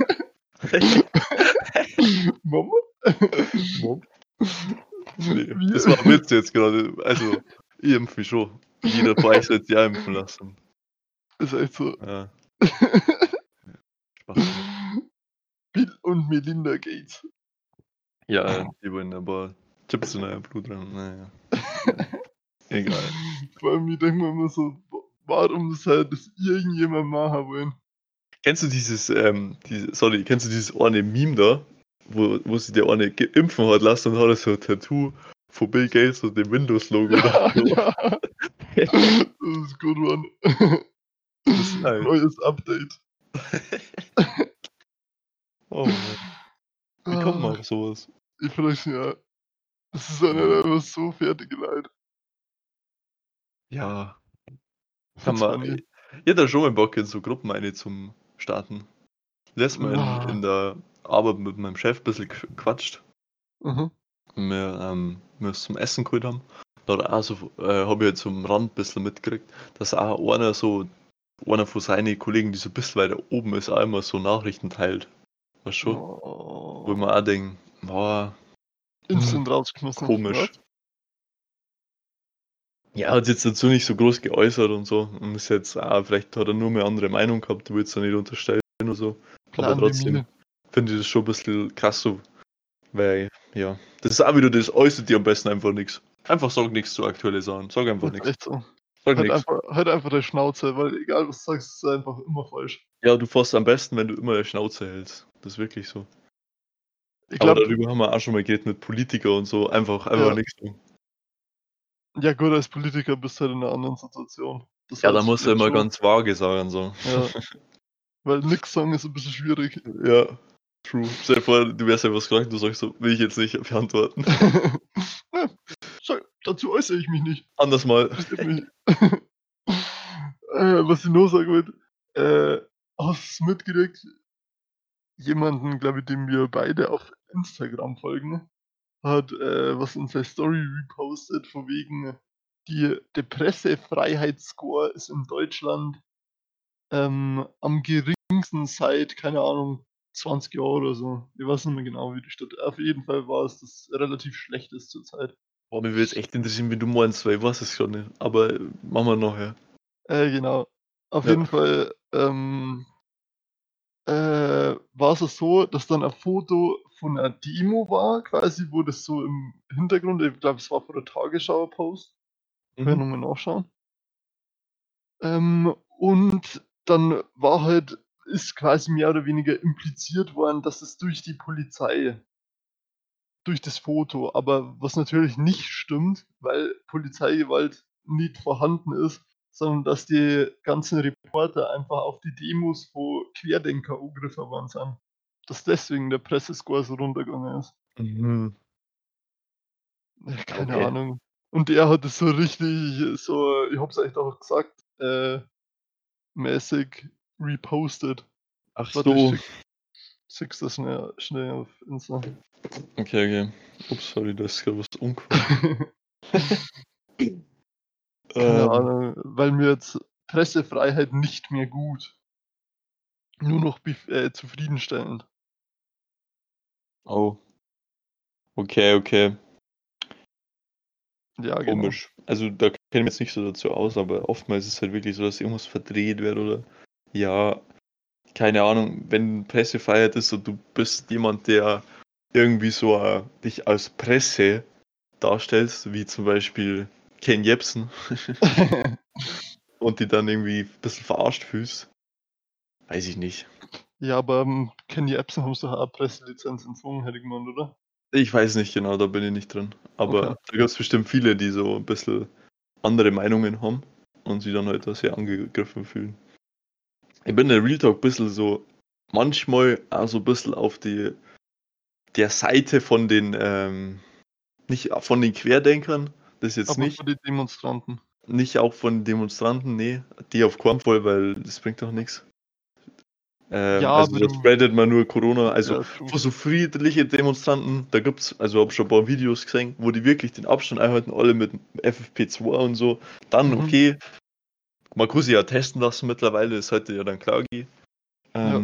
Mama? Mom? Nee, das Wir war 'n Witz jetzt gerade. Also, ich impfe mich schon. Jeder von euch sollte sich auch impfen lassen. ist echt so. Ja, Schwachsinn. Bill und Melinda Gates. Ja, die wollen aber Chips in euer Blut rein. Na ja, egal. Vor allem, ich denke mir immer so: Warum soll das irgendjemand machen wollen?“ Kennst du kennst du dieses eine Meme da, wo sich der eine impfen hat lassen und hat er so 'n Tattoo von Bill Gates und dem Windows-Logo da Ja, drauf. ja. Das ist gut, Mann. Das ist nice. Neues Update. Oh Mann, wie kommt man Ah, auf so was? ich frage mich ja, das ist halt Ja. einfach so fertige Leute. Ja, Ich kann find's man funny. ich hätte da schon mal Bock, in so Gruppen eine zum Starten. Letztes Mal in Na, der Arbeit mit meinem Chef bisschen gequatscht. mhm. Wir uns zum Essen geholt haben. Da hat er auch so, habe ich halt so am Rand ein bisschen mitgekriegt, dass auch einer von seinen Kollegen, die so ein bisschen weiter oben ist, auch immer so Nachrichten teilt. Weißt du schon? Wo ich mir Oh. auch denke, boah, Instant rausgeschmissen. komisch. Was? Ja, hat sich jetzt dazu nicht so groß geäußert und so. Und ist jetzt auch, vielleicht hat er nur eine andere Meinung gehabt, du willst ja nicht unterstellen oder so. Aber Plan die trotzdem Mine. finde ich das schon ein bisschen krass so. Weil, ja, das ist auch wieder das, äußert dir am besten einfach nichts. Einfach sag nichts zu aktuellen Sachen. Sag einfach Ist nichts. echt so. Sag nichts. Halt einfach deine Schnauze, weil egal was du sagst, ist einfach immer falsch. Ja, du fährst am besten, wenn du immer der Schnauze hältst. Das ist wirklich so. Ich Aber glaube, darüber haben wir auch schon mal geredet mit Politikern und so. Einfach ja, nichts sagen. ja gut, als Politiker bist du halt in 'ner anderen Situation. Das Ja, war da jetzt musst du vielleicht immer schon. ganz vage sagen, so. Ja, weil nix sagen ist ein bisschen schwierig. Ja, true. Stell dir vor, du wärst ja was gefragt, du sagst so, will ich jetzt nicht beantworten. Ja, dazu äußere ich mich nicht. Anders mal. Interessiert mich. Was ich noch sagen wollte, hast du mitgekriegt, jemanden, glaube ich, dem wir beide auf Instagram folgen, hat was in seiner Story repostet, von wegen, der Pressefreiheitsscore ist in Deutschland am geringsten seit, keine Ahnung, 20 Jahren oder so. Ich weiß nicht mehr genau, wie die Stadt. Auf jeden Fall war es das relativ schlecht ist zurzeit. Boah, mir würde es echt interessieren, wie du meinst, weil ich weiß es schon nicht. Aber machen wir nachher. Genau. Auf Ja. jeden Fall war es so, dass dann ein Foto von einer Demo war, quasi, wo das so im Hintergrund, ich glaube, es war von der Tagesschau-Post, kann ich Mhm. nochmal nachschauen. Und dann war halt, ist quasi mehr oder weniger impliziert worden, dass es durch die Polizei, durch das Foto, aber was natürlich nicht stimmt, weil Polizeigewalt nicht vorhanden ist, sondern dass die ganzen Reporter einfach auf die Demos, wo Querdenker angegriffen worden sind. Dass deswegen der Pressescore so runtergegangen ist. Mhm. Keine Okay. Ahnung. Und er hat es so richtig, so, ich hab's euch doch gesagt, mäßig repostet. Ach Warte, ich so. schick's das schnell auf Insta. Okay. Ups, sorry, da ist gerade was umgefallen. Keine Ahnung, weil mir jetzt Pressefreiheit nicht mehr gut. Nur noch zufriedenstellend. Oh. Okay. Ja, genau. Komisch. Also da kenne ich mich jetzt nicht so dazu aus, aber oftmals ist es halt wirklich so, dass irgendwas verdreht wird oder ja, keine Ahnung, wenn Pressefreiheit ist und du bist jemand, der irgendwie so dich als Presse darstellst, wie zum Beispiel Ken Jebsen und die dann irgendwie ein bisschen verarscht fühlst, weiß ich nicht. Ja, aber Kenny Epson haben sie doch auch eine Presselizenz entzogen, hätte ich gemeint, oder? Ich weiß nicht genau, da bin ich nicht drin. Aber Okay. da gibt es bestimmt viele, die so ein bisschen andere Meinungen haben und sich dann halt da sehr angegriffen fühlen. Ich bin der Real Talk ein bisschen so, manchmal auch so ein bisschen auf der Seite von den, nicht von den Querdenkern, das jetzt Aber nicht. für die Demonstranten. Nicht auch von Demonstranten, nee, die auf keinen Fall, weil das bringt doch nichts. Ja, Also aber da spreadet man nur Corona, also ja, true. für so friedliche Demonstranten, da gibt's, also hab schon ein paar Videos gesehen, wo die wirklich den Abstand einhalten, alle mit FFP2 und so, dann Mhm. okay, man kann sich ja testen lassen mittlerweile, das sollte ja dann klar gehen. Ja.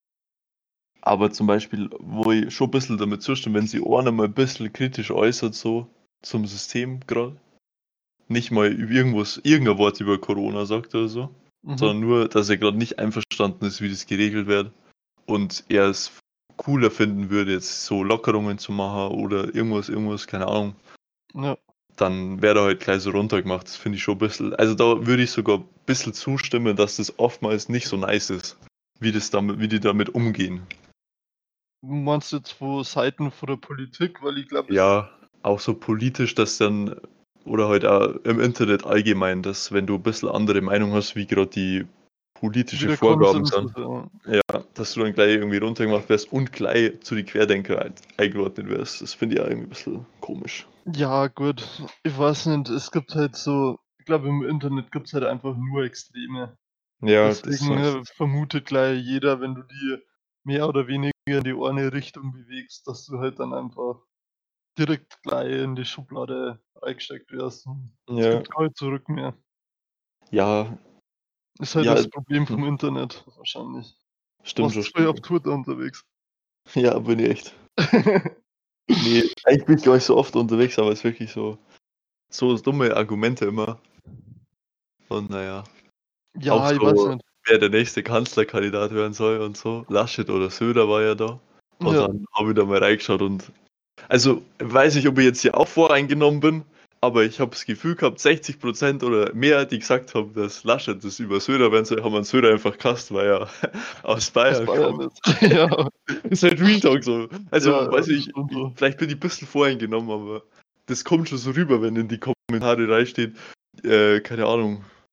Aber zum Beispiel, wo ich schon ein bisschen damit zustimme, wenn sie einer mal ein bisschen kritisch äußert, so zum System gerade, nicht mal irgendein Wort über Corona sagt oder so, Mhm. sondern nur, dass er gerade nicht einverstanden ist, wie das geregelt wird und er es cooler finden würde, jetzt so Lockerungen zu machen oder irgendwas, keine Ahnung, Ja. dann wäre er halt gleich so runtergemacht. Das finde ich schon ein bisschen, also da würde ich sogar ein bisschen zustimmen, dass das oftmals nicht so nice ist, wie die damit umgehen. Meinst du jetzt von Seiten von der Politik? Weil ich glaube, Ja, auch so politisch, dass dann, oder halt auch im Internet allgemein, dass wenn du ein bisschen andere Meinung hast, wie gerade die politische wieder Vorgaben Konsens sind, ist. Ja. dass du dann gleich irgendwie runtergemacht wirst und gleich zu den Querdenker eingeordnet wirst. Das finde ich auch irgendwie ein bisschen komisch. Ja, gut. Ich weiß nicht, es gibt halt so, ich glaube, im Internet gibt es halt einfach nur Extreme. Ja, das Deswegen ist es. vermutet gleich jeder, wenn du die mehr oder weniger in die eine Richtung bewegst, dass du halt dann einfach direkt gleich in die Schublade eingesteckt wirst. Und es Ja, gibt kein Zurück mehr. ja, Ist halt ja, das Problem vom Internet wahrscheinlich. stimmt Warst schon, du voll stimmt auf schon. Twitter unterwegs? Ja, bin ich echt. Nee, eigentlich bin ich gar nicht so oft unterwegs, aber es ist wirklich so dumme Argumente immer. Und naja, auch Ja, ich weiß so, nicht. wer der nächste Kanzlerkandidat werden soll und so. Laschet oder Söder war ja da. Und Ja, dann habe ich da mal reingeschaut und also weiß nicht, ob ich jetzt hier auch voreingenommen bin, aber ich habe das Gefühl gehabt, 60% oder mehr, die gesagt haben, dass Laschet das über Söder werden soll, haben einen Söder einfach gehasst, weil er aus aus Bayern Bayern kommt. ist. Ja, Ist halt Real Talk so. Also, ja, weiß ich, stimmt so. vielleicht bin ich ein bisschen voreingenommen, aber das kommt schon so rüber, wenn in die Kommentare reinsteht, keine Ahnung,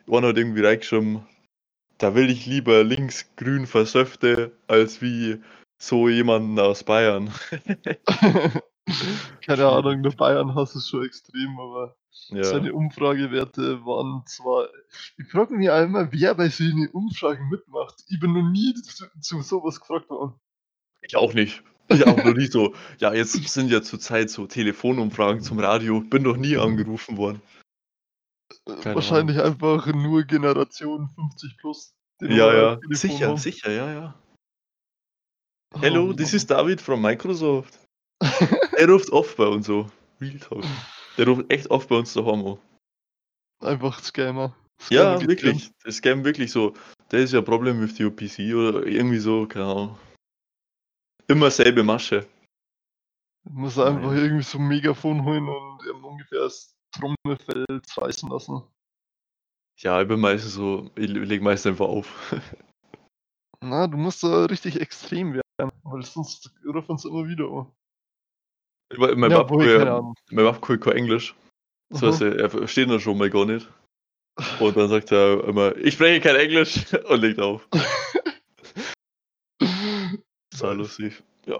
einer hat irgendwie reingeschrieben, da will ich lieber links-grün Versöfte, als wie so jemanden aus Bayern. Keine Ahnung, der Bayern-Hass ist schon extrem, aber Ja, seine Umfragewerte waren zwar. Ich frage mich auch immer, wer bei solchen Umfragen mitmacht. Ich bin noch nie zu sowas gefragt worden. ich auch nicht. Ich auch noch nie so, ja, jetzt sind ja zurzeit so Telefonumfragen zum Radio, bin noch nie angerufen worden. Keine Wahrscheinlich einfach nur Generation 50 plus, die Ja, noch ja, ein Telefon sicher, haben. sicher, ja, ja. Oh, Hello, this Mann. is David from Microsoft. Er ruft oft bei uns so. Real Talk. Der ruft echt oft bei uns daheim an. Einfach Scammer. Ja, Scammer wirklich. Das Scam wirklich so. There is a problem with your PC oder irgendwie so, keine Ahnung. Immer selbe Masche. Muss einfach Naja. irgendwie so ein Megafon holen und ungefähr das Trommelfell zerreißen lassen. Ja, ich bin meistens so, ich lege meistens einfach auf. Na, du musst da richtig extrem werden, weil sonst rufen sie immer wieder an. Mein Ja, Papa wohl, keine Ahnung. kann kein Englisch. Das heißt, Mhm. er versteht das schon mal gar nicht. Und dann sagt er immer, ich spreche kein Englisch und legt auf. Sehr Nice. lustig. Ja.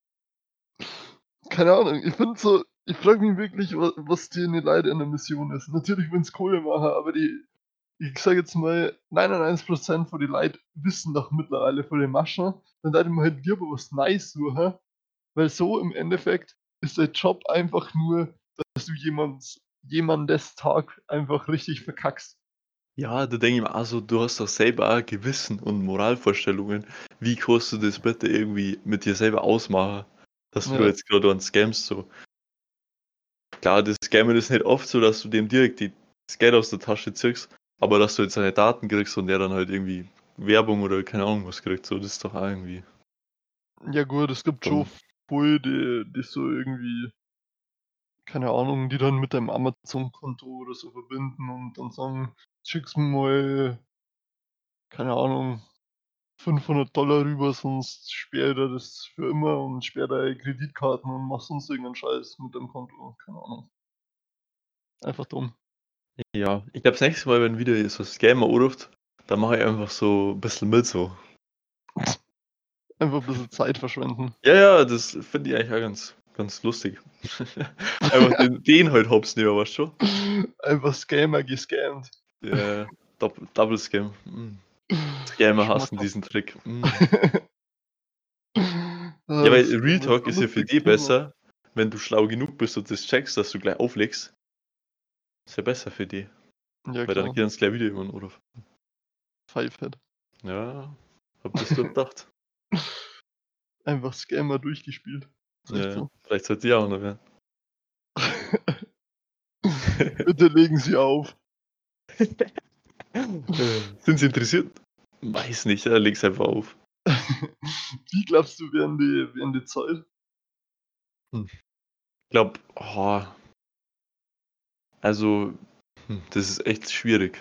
Keine Ahnung, ich frage mich wirklich, was die eine Leute an der Mission ist. Natürlich, wenn es Kohle machen, aber ich sage jetzt mal, 99% von den Leuten wissen doch mittlerweile von den Maschen, dann da man halt lieber was Nice suchen, weil so im Endeffekt ist der Job einfach nur, dass du jemandes Tag einfach richtig verkackst. Ja, da denke ich mir, also du hast doch selber auch Gewissen und Moralvorstellungen. Wie kannst du das bitte irgendwie mit dir selber ausmachen, dass du Ja, jetzt gerade an scamst so? Klar, das Scammen ist nicht oft so, dass du dem direkt das Geld aus der Tasche ziehst, aber dass du jetzt seine Daten kriegst und der dann halt irgendwie Werbung oder keine Ahnung was kriegt, so, das ist doch auch irgendwie ja gut, es gibt schon dumm. voll, die so irgendwie, keine Ahnung, die dann mit deinem Amazon-Konto oder so verbinden und dann sagen, schick's mir mal, keine Ahnung, 500 $ rüber, sonst sperre ich dir das für immer und sperre deine Kreditkarten und mach sonst irgendeinen Scheiß mit deinem Konto. Keine Ahnung. Einfach dumm. Ja, ich glaube, das nächste Mal, wenn wieder so ein Scammer anruft, dann mache ich einfach so ein bisschen mit so. Einfach ein bisschen Zeit verschwenden. Ja, ja, das finde ich eigentlich auch ganz lustig. Einfach den halt hops nehmen, weißt du schon? Einfach Scammer gescammt. Ja, Double Scam. Scammer hassen Schmackhaft. diesen Trick. Ah, Ja, weil das Real Scam ist Talk ein ist ja für lustiges dich Thema. besser, wenn du schlau genug bist und das checkst, dass du gleich auflegst. Ist ja besser für dich. Ja, Weil dann klar. geht uns gleich wieder jemand anrufen. Pfeifett. Ja, hab das durchdacht. Einfach Scammer durchgespielt. Ist echt Ja, so. vielleicht sollte ich auch noch werden. Bitte legen Sie auf. Sind Sie interessiert? Weiß nicht, ja, leg's einfach auf. Wie glaubst du, während die Zeit? Ich glaube, also, das ist echt schwierig.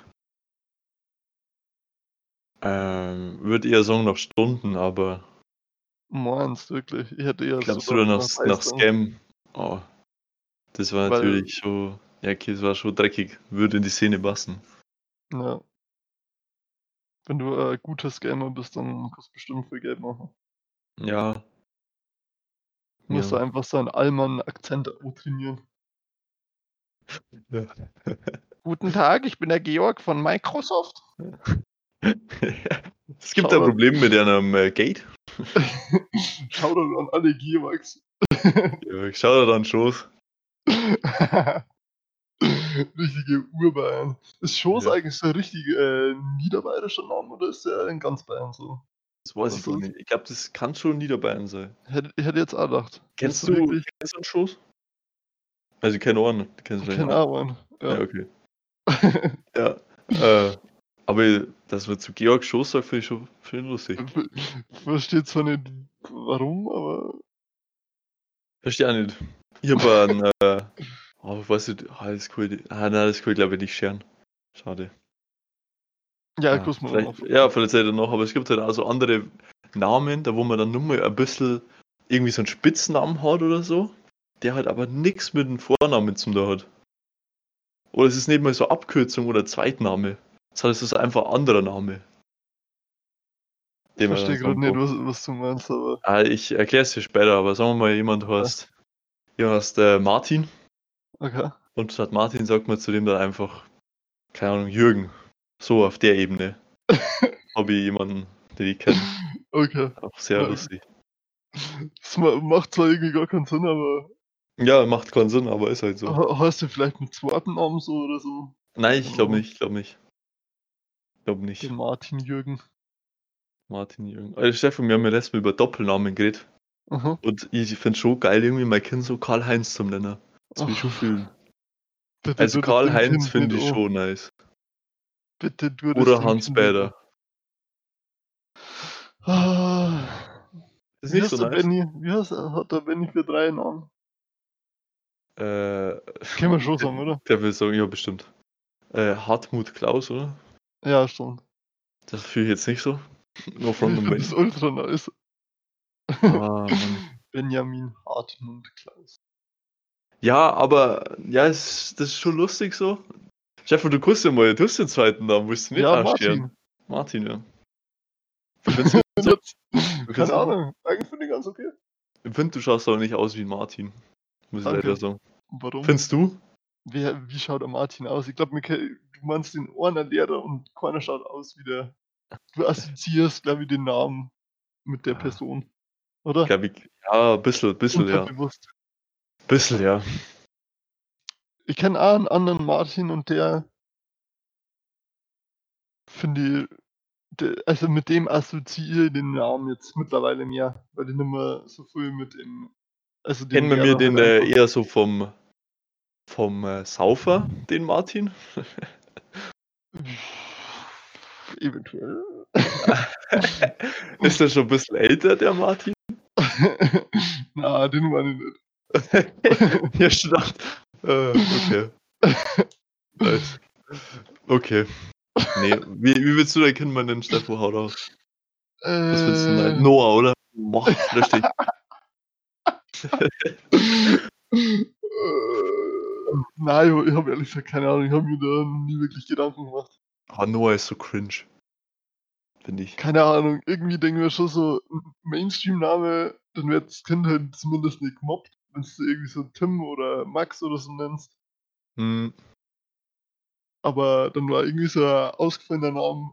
Würde eher sagen nach Stunden, aber Meinst wirklich? Ich hätte eher so glaubst du dann nach, nach nach Leistung. Scam? Oh, das war Weil, natürlich schon, ja, okay, das war schon dreckig, würde in die Szene passen. ja, wenn du ein guter Scammer bist, dann kannst du bestimmt viel Geld machen. Ja, Musst du ja. einfach so einen Allmann-Akzent trainieren. Ja. Guten Tag, ich bin der Georg von Microsoft. Es gibt ein Problem mit einem Gate. Shoutout an alle Georgs. Ja, ich schaue da dann Schoß. Richtige Urbayern. Ist Schoß Ja. eigentlich so ein richtig niederbayerischer Name oder ist der in ganz Bayern so? Das weiß Was ich gar ist? nicht. Ich glaube, das kann schon Niederbayern sein. Ich hätte jetzt auch gedacht. Ist Kennst so du, wirklich. kennst du einen Schoß? Also keine Ahnung, kennst du vielleicht Keine auch. Ahnung. Ja, Ja. okay. Ja. Aber dass man zu Georg Schoß sagt, finde ich schon lustig. Versteht zwar nicht warum, aber. Verstehe auch nicht. Ich habe einen, weiß nicht, das kann ich, nein, das kann ich glaube ich nicht scheren. Schade. Ja, guck mal Vielleicht, auf. ja, vielleicht seid ihr noch, aber es gibt halt auch so andere Namen, da wo man dann nur mal ein bisschen irgendwie so einen Spitznamen hat oder so, der halt aber nichts mit dem Vornamen zu tun hat. Oder es ist nicht mal so Abkürzung oder Zweitname, Das ist einfach ein anderer Name, Ich den man dann verstehe gerade sagen nicht, kann. was du meinst, aber Ich erkläre es dir später, aber sagen wir mal, jemand heißt Martin okay. und statt Martin sagt man zu dem dann einfach, keine Ahnung, Jürgen. So auf der Ebene habe ich jemanden, den ich kenne. Okay. Auch sehr Ja, lustig. das macht zwar irgendwie gar keinen Sinn, aber Ja, macht keinen Sinn, aber ist halt so. hast du vielleicht mit zweiten Namen so oder so? Nein, ich Keine glaube Ahnung. nicht, ich glaube nicht. Ich glaube nicht. Den Martin Jürgen. Martin Jürgen. Stefan, wir haben ja letztes Mal über Doppelnamen geredet. Aha. Und ich finde es schon geil, irgendwie mein Kind so Karl-Heinz zu nennen. Das will ich schon Ach, fühlen. bitte Also tu das dem Karl-Heinz Kind nicht finde ich an. schon nice. Bitte tu das Oder dem Hans Kind nicht an. Bäder. Ah, Ist wie nicht so heißt der nice. Benny? Hat der Benny für 3 Namen? Äh, Können wir schon sagen, oder? der will sagen, ja, bestimmt. Hartmut Klaus, oder? Ja, stimmt. Das fühle ich jetzt nicht so. No Ich front finde on das Benny. ultra nice. Ah, Mann. Benjamin Hartmut Klaus. Ja, aber ja, das ist schon lustig so. Stefan, du hast den zweiten Namen, willst du nicht Ja, arrangieren? Martin. Martin, ja. Wie findest du Und so? jetzt, Wie findest keine du? Ahnung, eigentlich finde ich ganz okay. Ich finde, du schaust auch nicht aus wie ein Martin. Muss ich leider Danke. sagen. Warum? Findest du? Wie schaut der Martin aus? Ich glaube, du meinst den einer Lehrer und keiner schaut aus wie der. Du assoziierst, glaube ich, den Namen mit der Person, oder? Ja, ein bisschen, ja. Unterbewusst. Bisschen, ja. Ich kenne auch einen anderen Martin und der finde ich, also mit dem assoziiere ich den Namen jetzt mittlerweile mehr, weil ich nicht mehr so viel mit dem, also den Kennen wir mir Lehrer den halt einfach. eher so vom Saufer, den Martin? Eventuell. Ist der schon ein bisschen älter, der Martin? Na, den meine ich nicht. Ja, stimmt. Okay, nice. Okay. Nee, wie willst du dein Kind mal nennen, Steffo? Hau raus. Was findest du nice? Äh, Noah, oder? Boah, richtig. Nein, ich habe ehrlich gesagt keine Ahnung, ich habe mir da nie wirklich Gedanken gemacht. Noah ist so cringe. Finde ich. Keine Ahnung, irgendwie denken wir schon so, ein Mainstream-Name, dann wird das Kind halt zumindest nicht gemobbt, wenn du irgendwie so Tim oder Max oder so nennst. Hm, Aber dann war irgendwie so ein ausgefallener Name,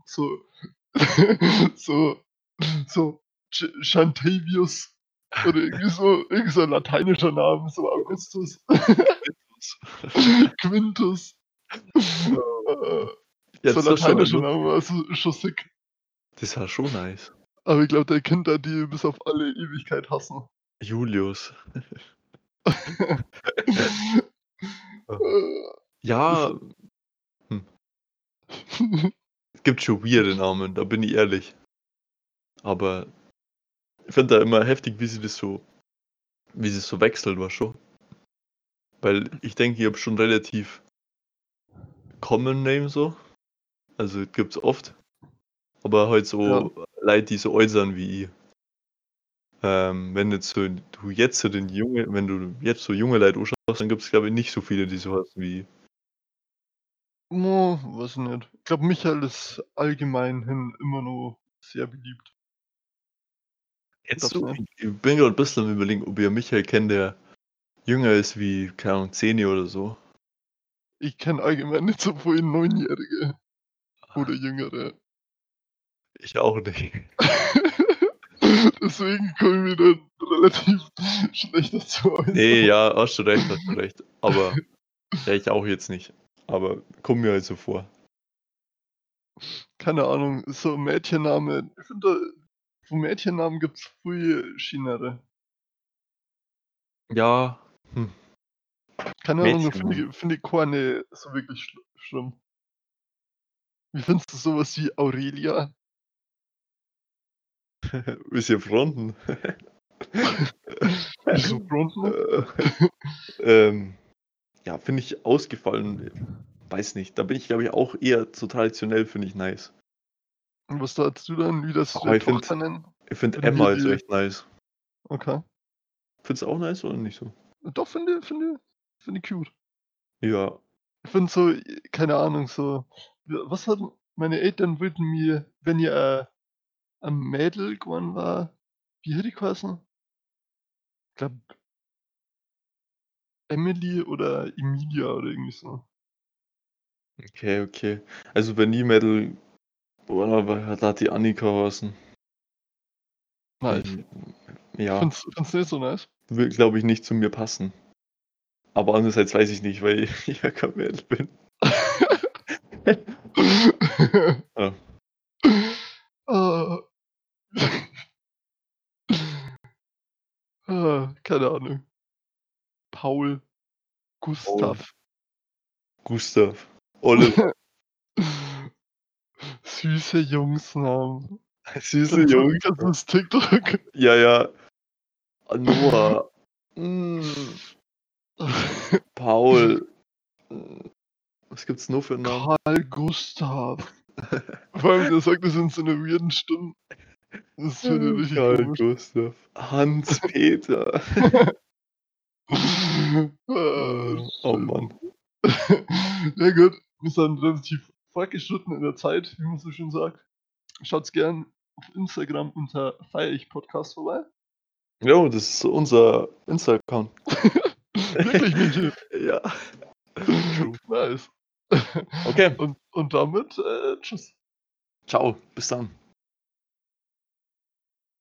so, so Chantavius oder irgendwie so ein lateinischer Name, so Augustus, Quintus. Ja, So das war schon lateinischer lustig. Name, also schon sick. Das war schon nice. Aber ich glaube, der Kind da die bis auf alle Ewigkeit hassen. Julius. Äh, Ja, es gibt schon weirde Namen, da bin ich ehrlich. Aber ich finde da immer heftig, wie sie so wechselt, war schon. Weil ich denke, ich habe schon relativ Common Name so. Also gibt's oft. Aber halt Ja. so Leute, die so äußern wie ich. Wenn jetzt so, wenn du jetzt so junge Leute anschaust, dann gibt es glaube ich nicht so viele, die so heißen wie ich. Weiß ich nicht. Ich glaube, Michael ist allgemein hin immer noch sehr beliebt. Jetzt Glaubst so, du nicht? ich bin gerade ein bisschen am überlegen, ob ihr Michael kennt, der jünger ist wie, keine Ahnung, 10 oder so. Ich kenne allgemein nicht so viele Neunjährige oder Jüngere. Ich auch nicht. Deswegen komme ich mir da relativ schlecht dazu äußern. Nee, ja, hast du recht, hast du recht. Aber ja, ich auch jetzt nicht. Aber kommt mir halt so vor. Keine Ahnung, so ein Mädchenname. Ich finde, von Mädchennamen gibt es viel schönere. Ja, Keine Ahnung, Mädchennamen. find ich keine so wirklich schlimm. Wie findest du sowas wie Aurelia? Bisschen fronten. Wieso Frontman? ähm, ja, finde ich ausgefallen. Weiß nicht. Da bin ich, glaube ich, auch eher so traditionell, finde ich nice. Und was sagst du dann, wie das Aber der Tochter nennen? ich find Oder Emma wie ist die. echt nice. Okay. Findest du auch nice oder nicht so? Doch, finde ich cute. Ja. Ich finde so, keine Ahnung, so. Was hat. meine Eltern wollten mir, wenn ich ein Mädel geworden war, wie hätte ich geheißen? Ich glaube Emily oder Emilia oder irgendwie so. Okay. Also bei Nie-Metal, da hat die Annika geheißen. Nice. Ja, Findest du nicht so nice? will, glaube ich, nicht zu mir passen. Aber andererseits weiß ich nicht, weil ich ja kein Mädel bin. Ja. Ah. Keine Ahnung. Paul, Gustav. Gustav. Oliver. Süße Jungsnamen. Süße Kennst du Jungs. das TikTok? Ja. Noah. Paul. Was gibt's noch für Namen? Karl Gustav. Vor allem, der sagt das in so einer weirden Stimme. Das finde ich richtig Karl komisch. Gustav. Hans-Peter. Oh Mann. Ja gut, wir sind relativ fortgeschritten in der Zeit, wie man so schön sagt. Schaut's gern auf Instagram unter Feier-ich-Podcast vorbei. Ja, das ist unser Insta-Account. Wirklich, Michi? Ja. True. Nice. Okay. Und damit, tschüss. Ciao. Bis dann.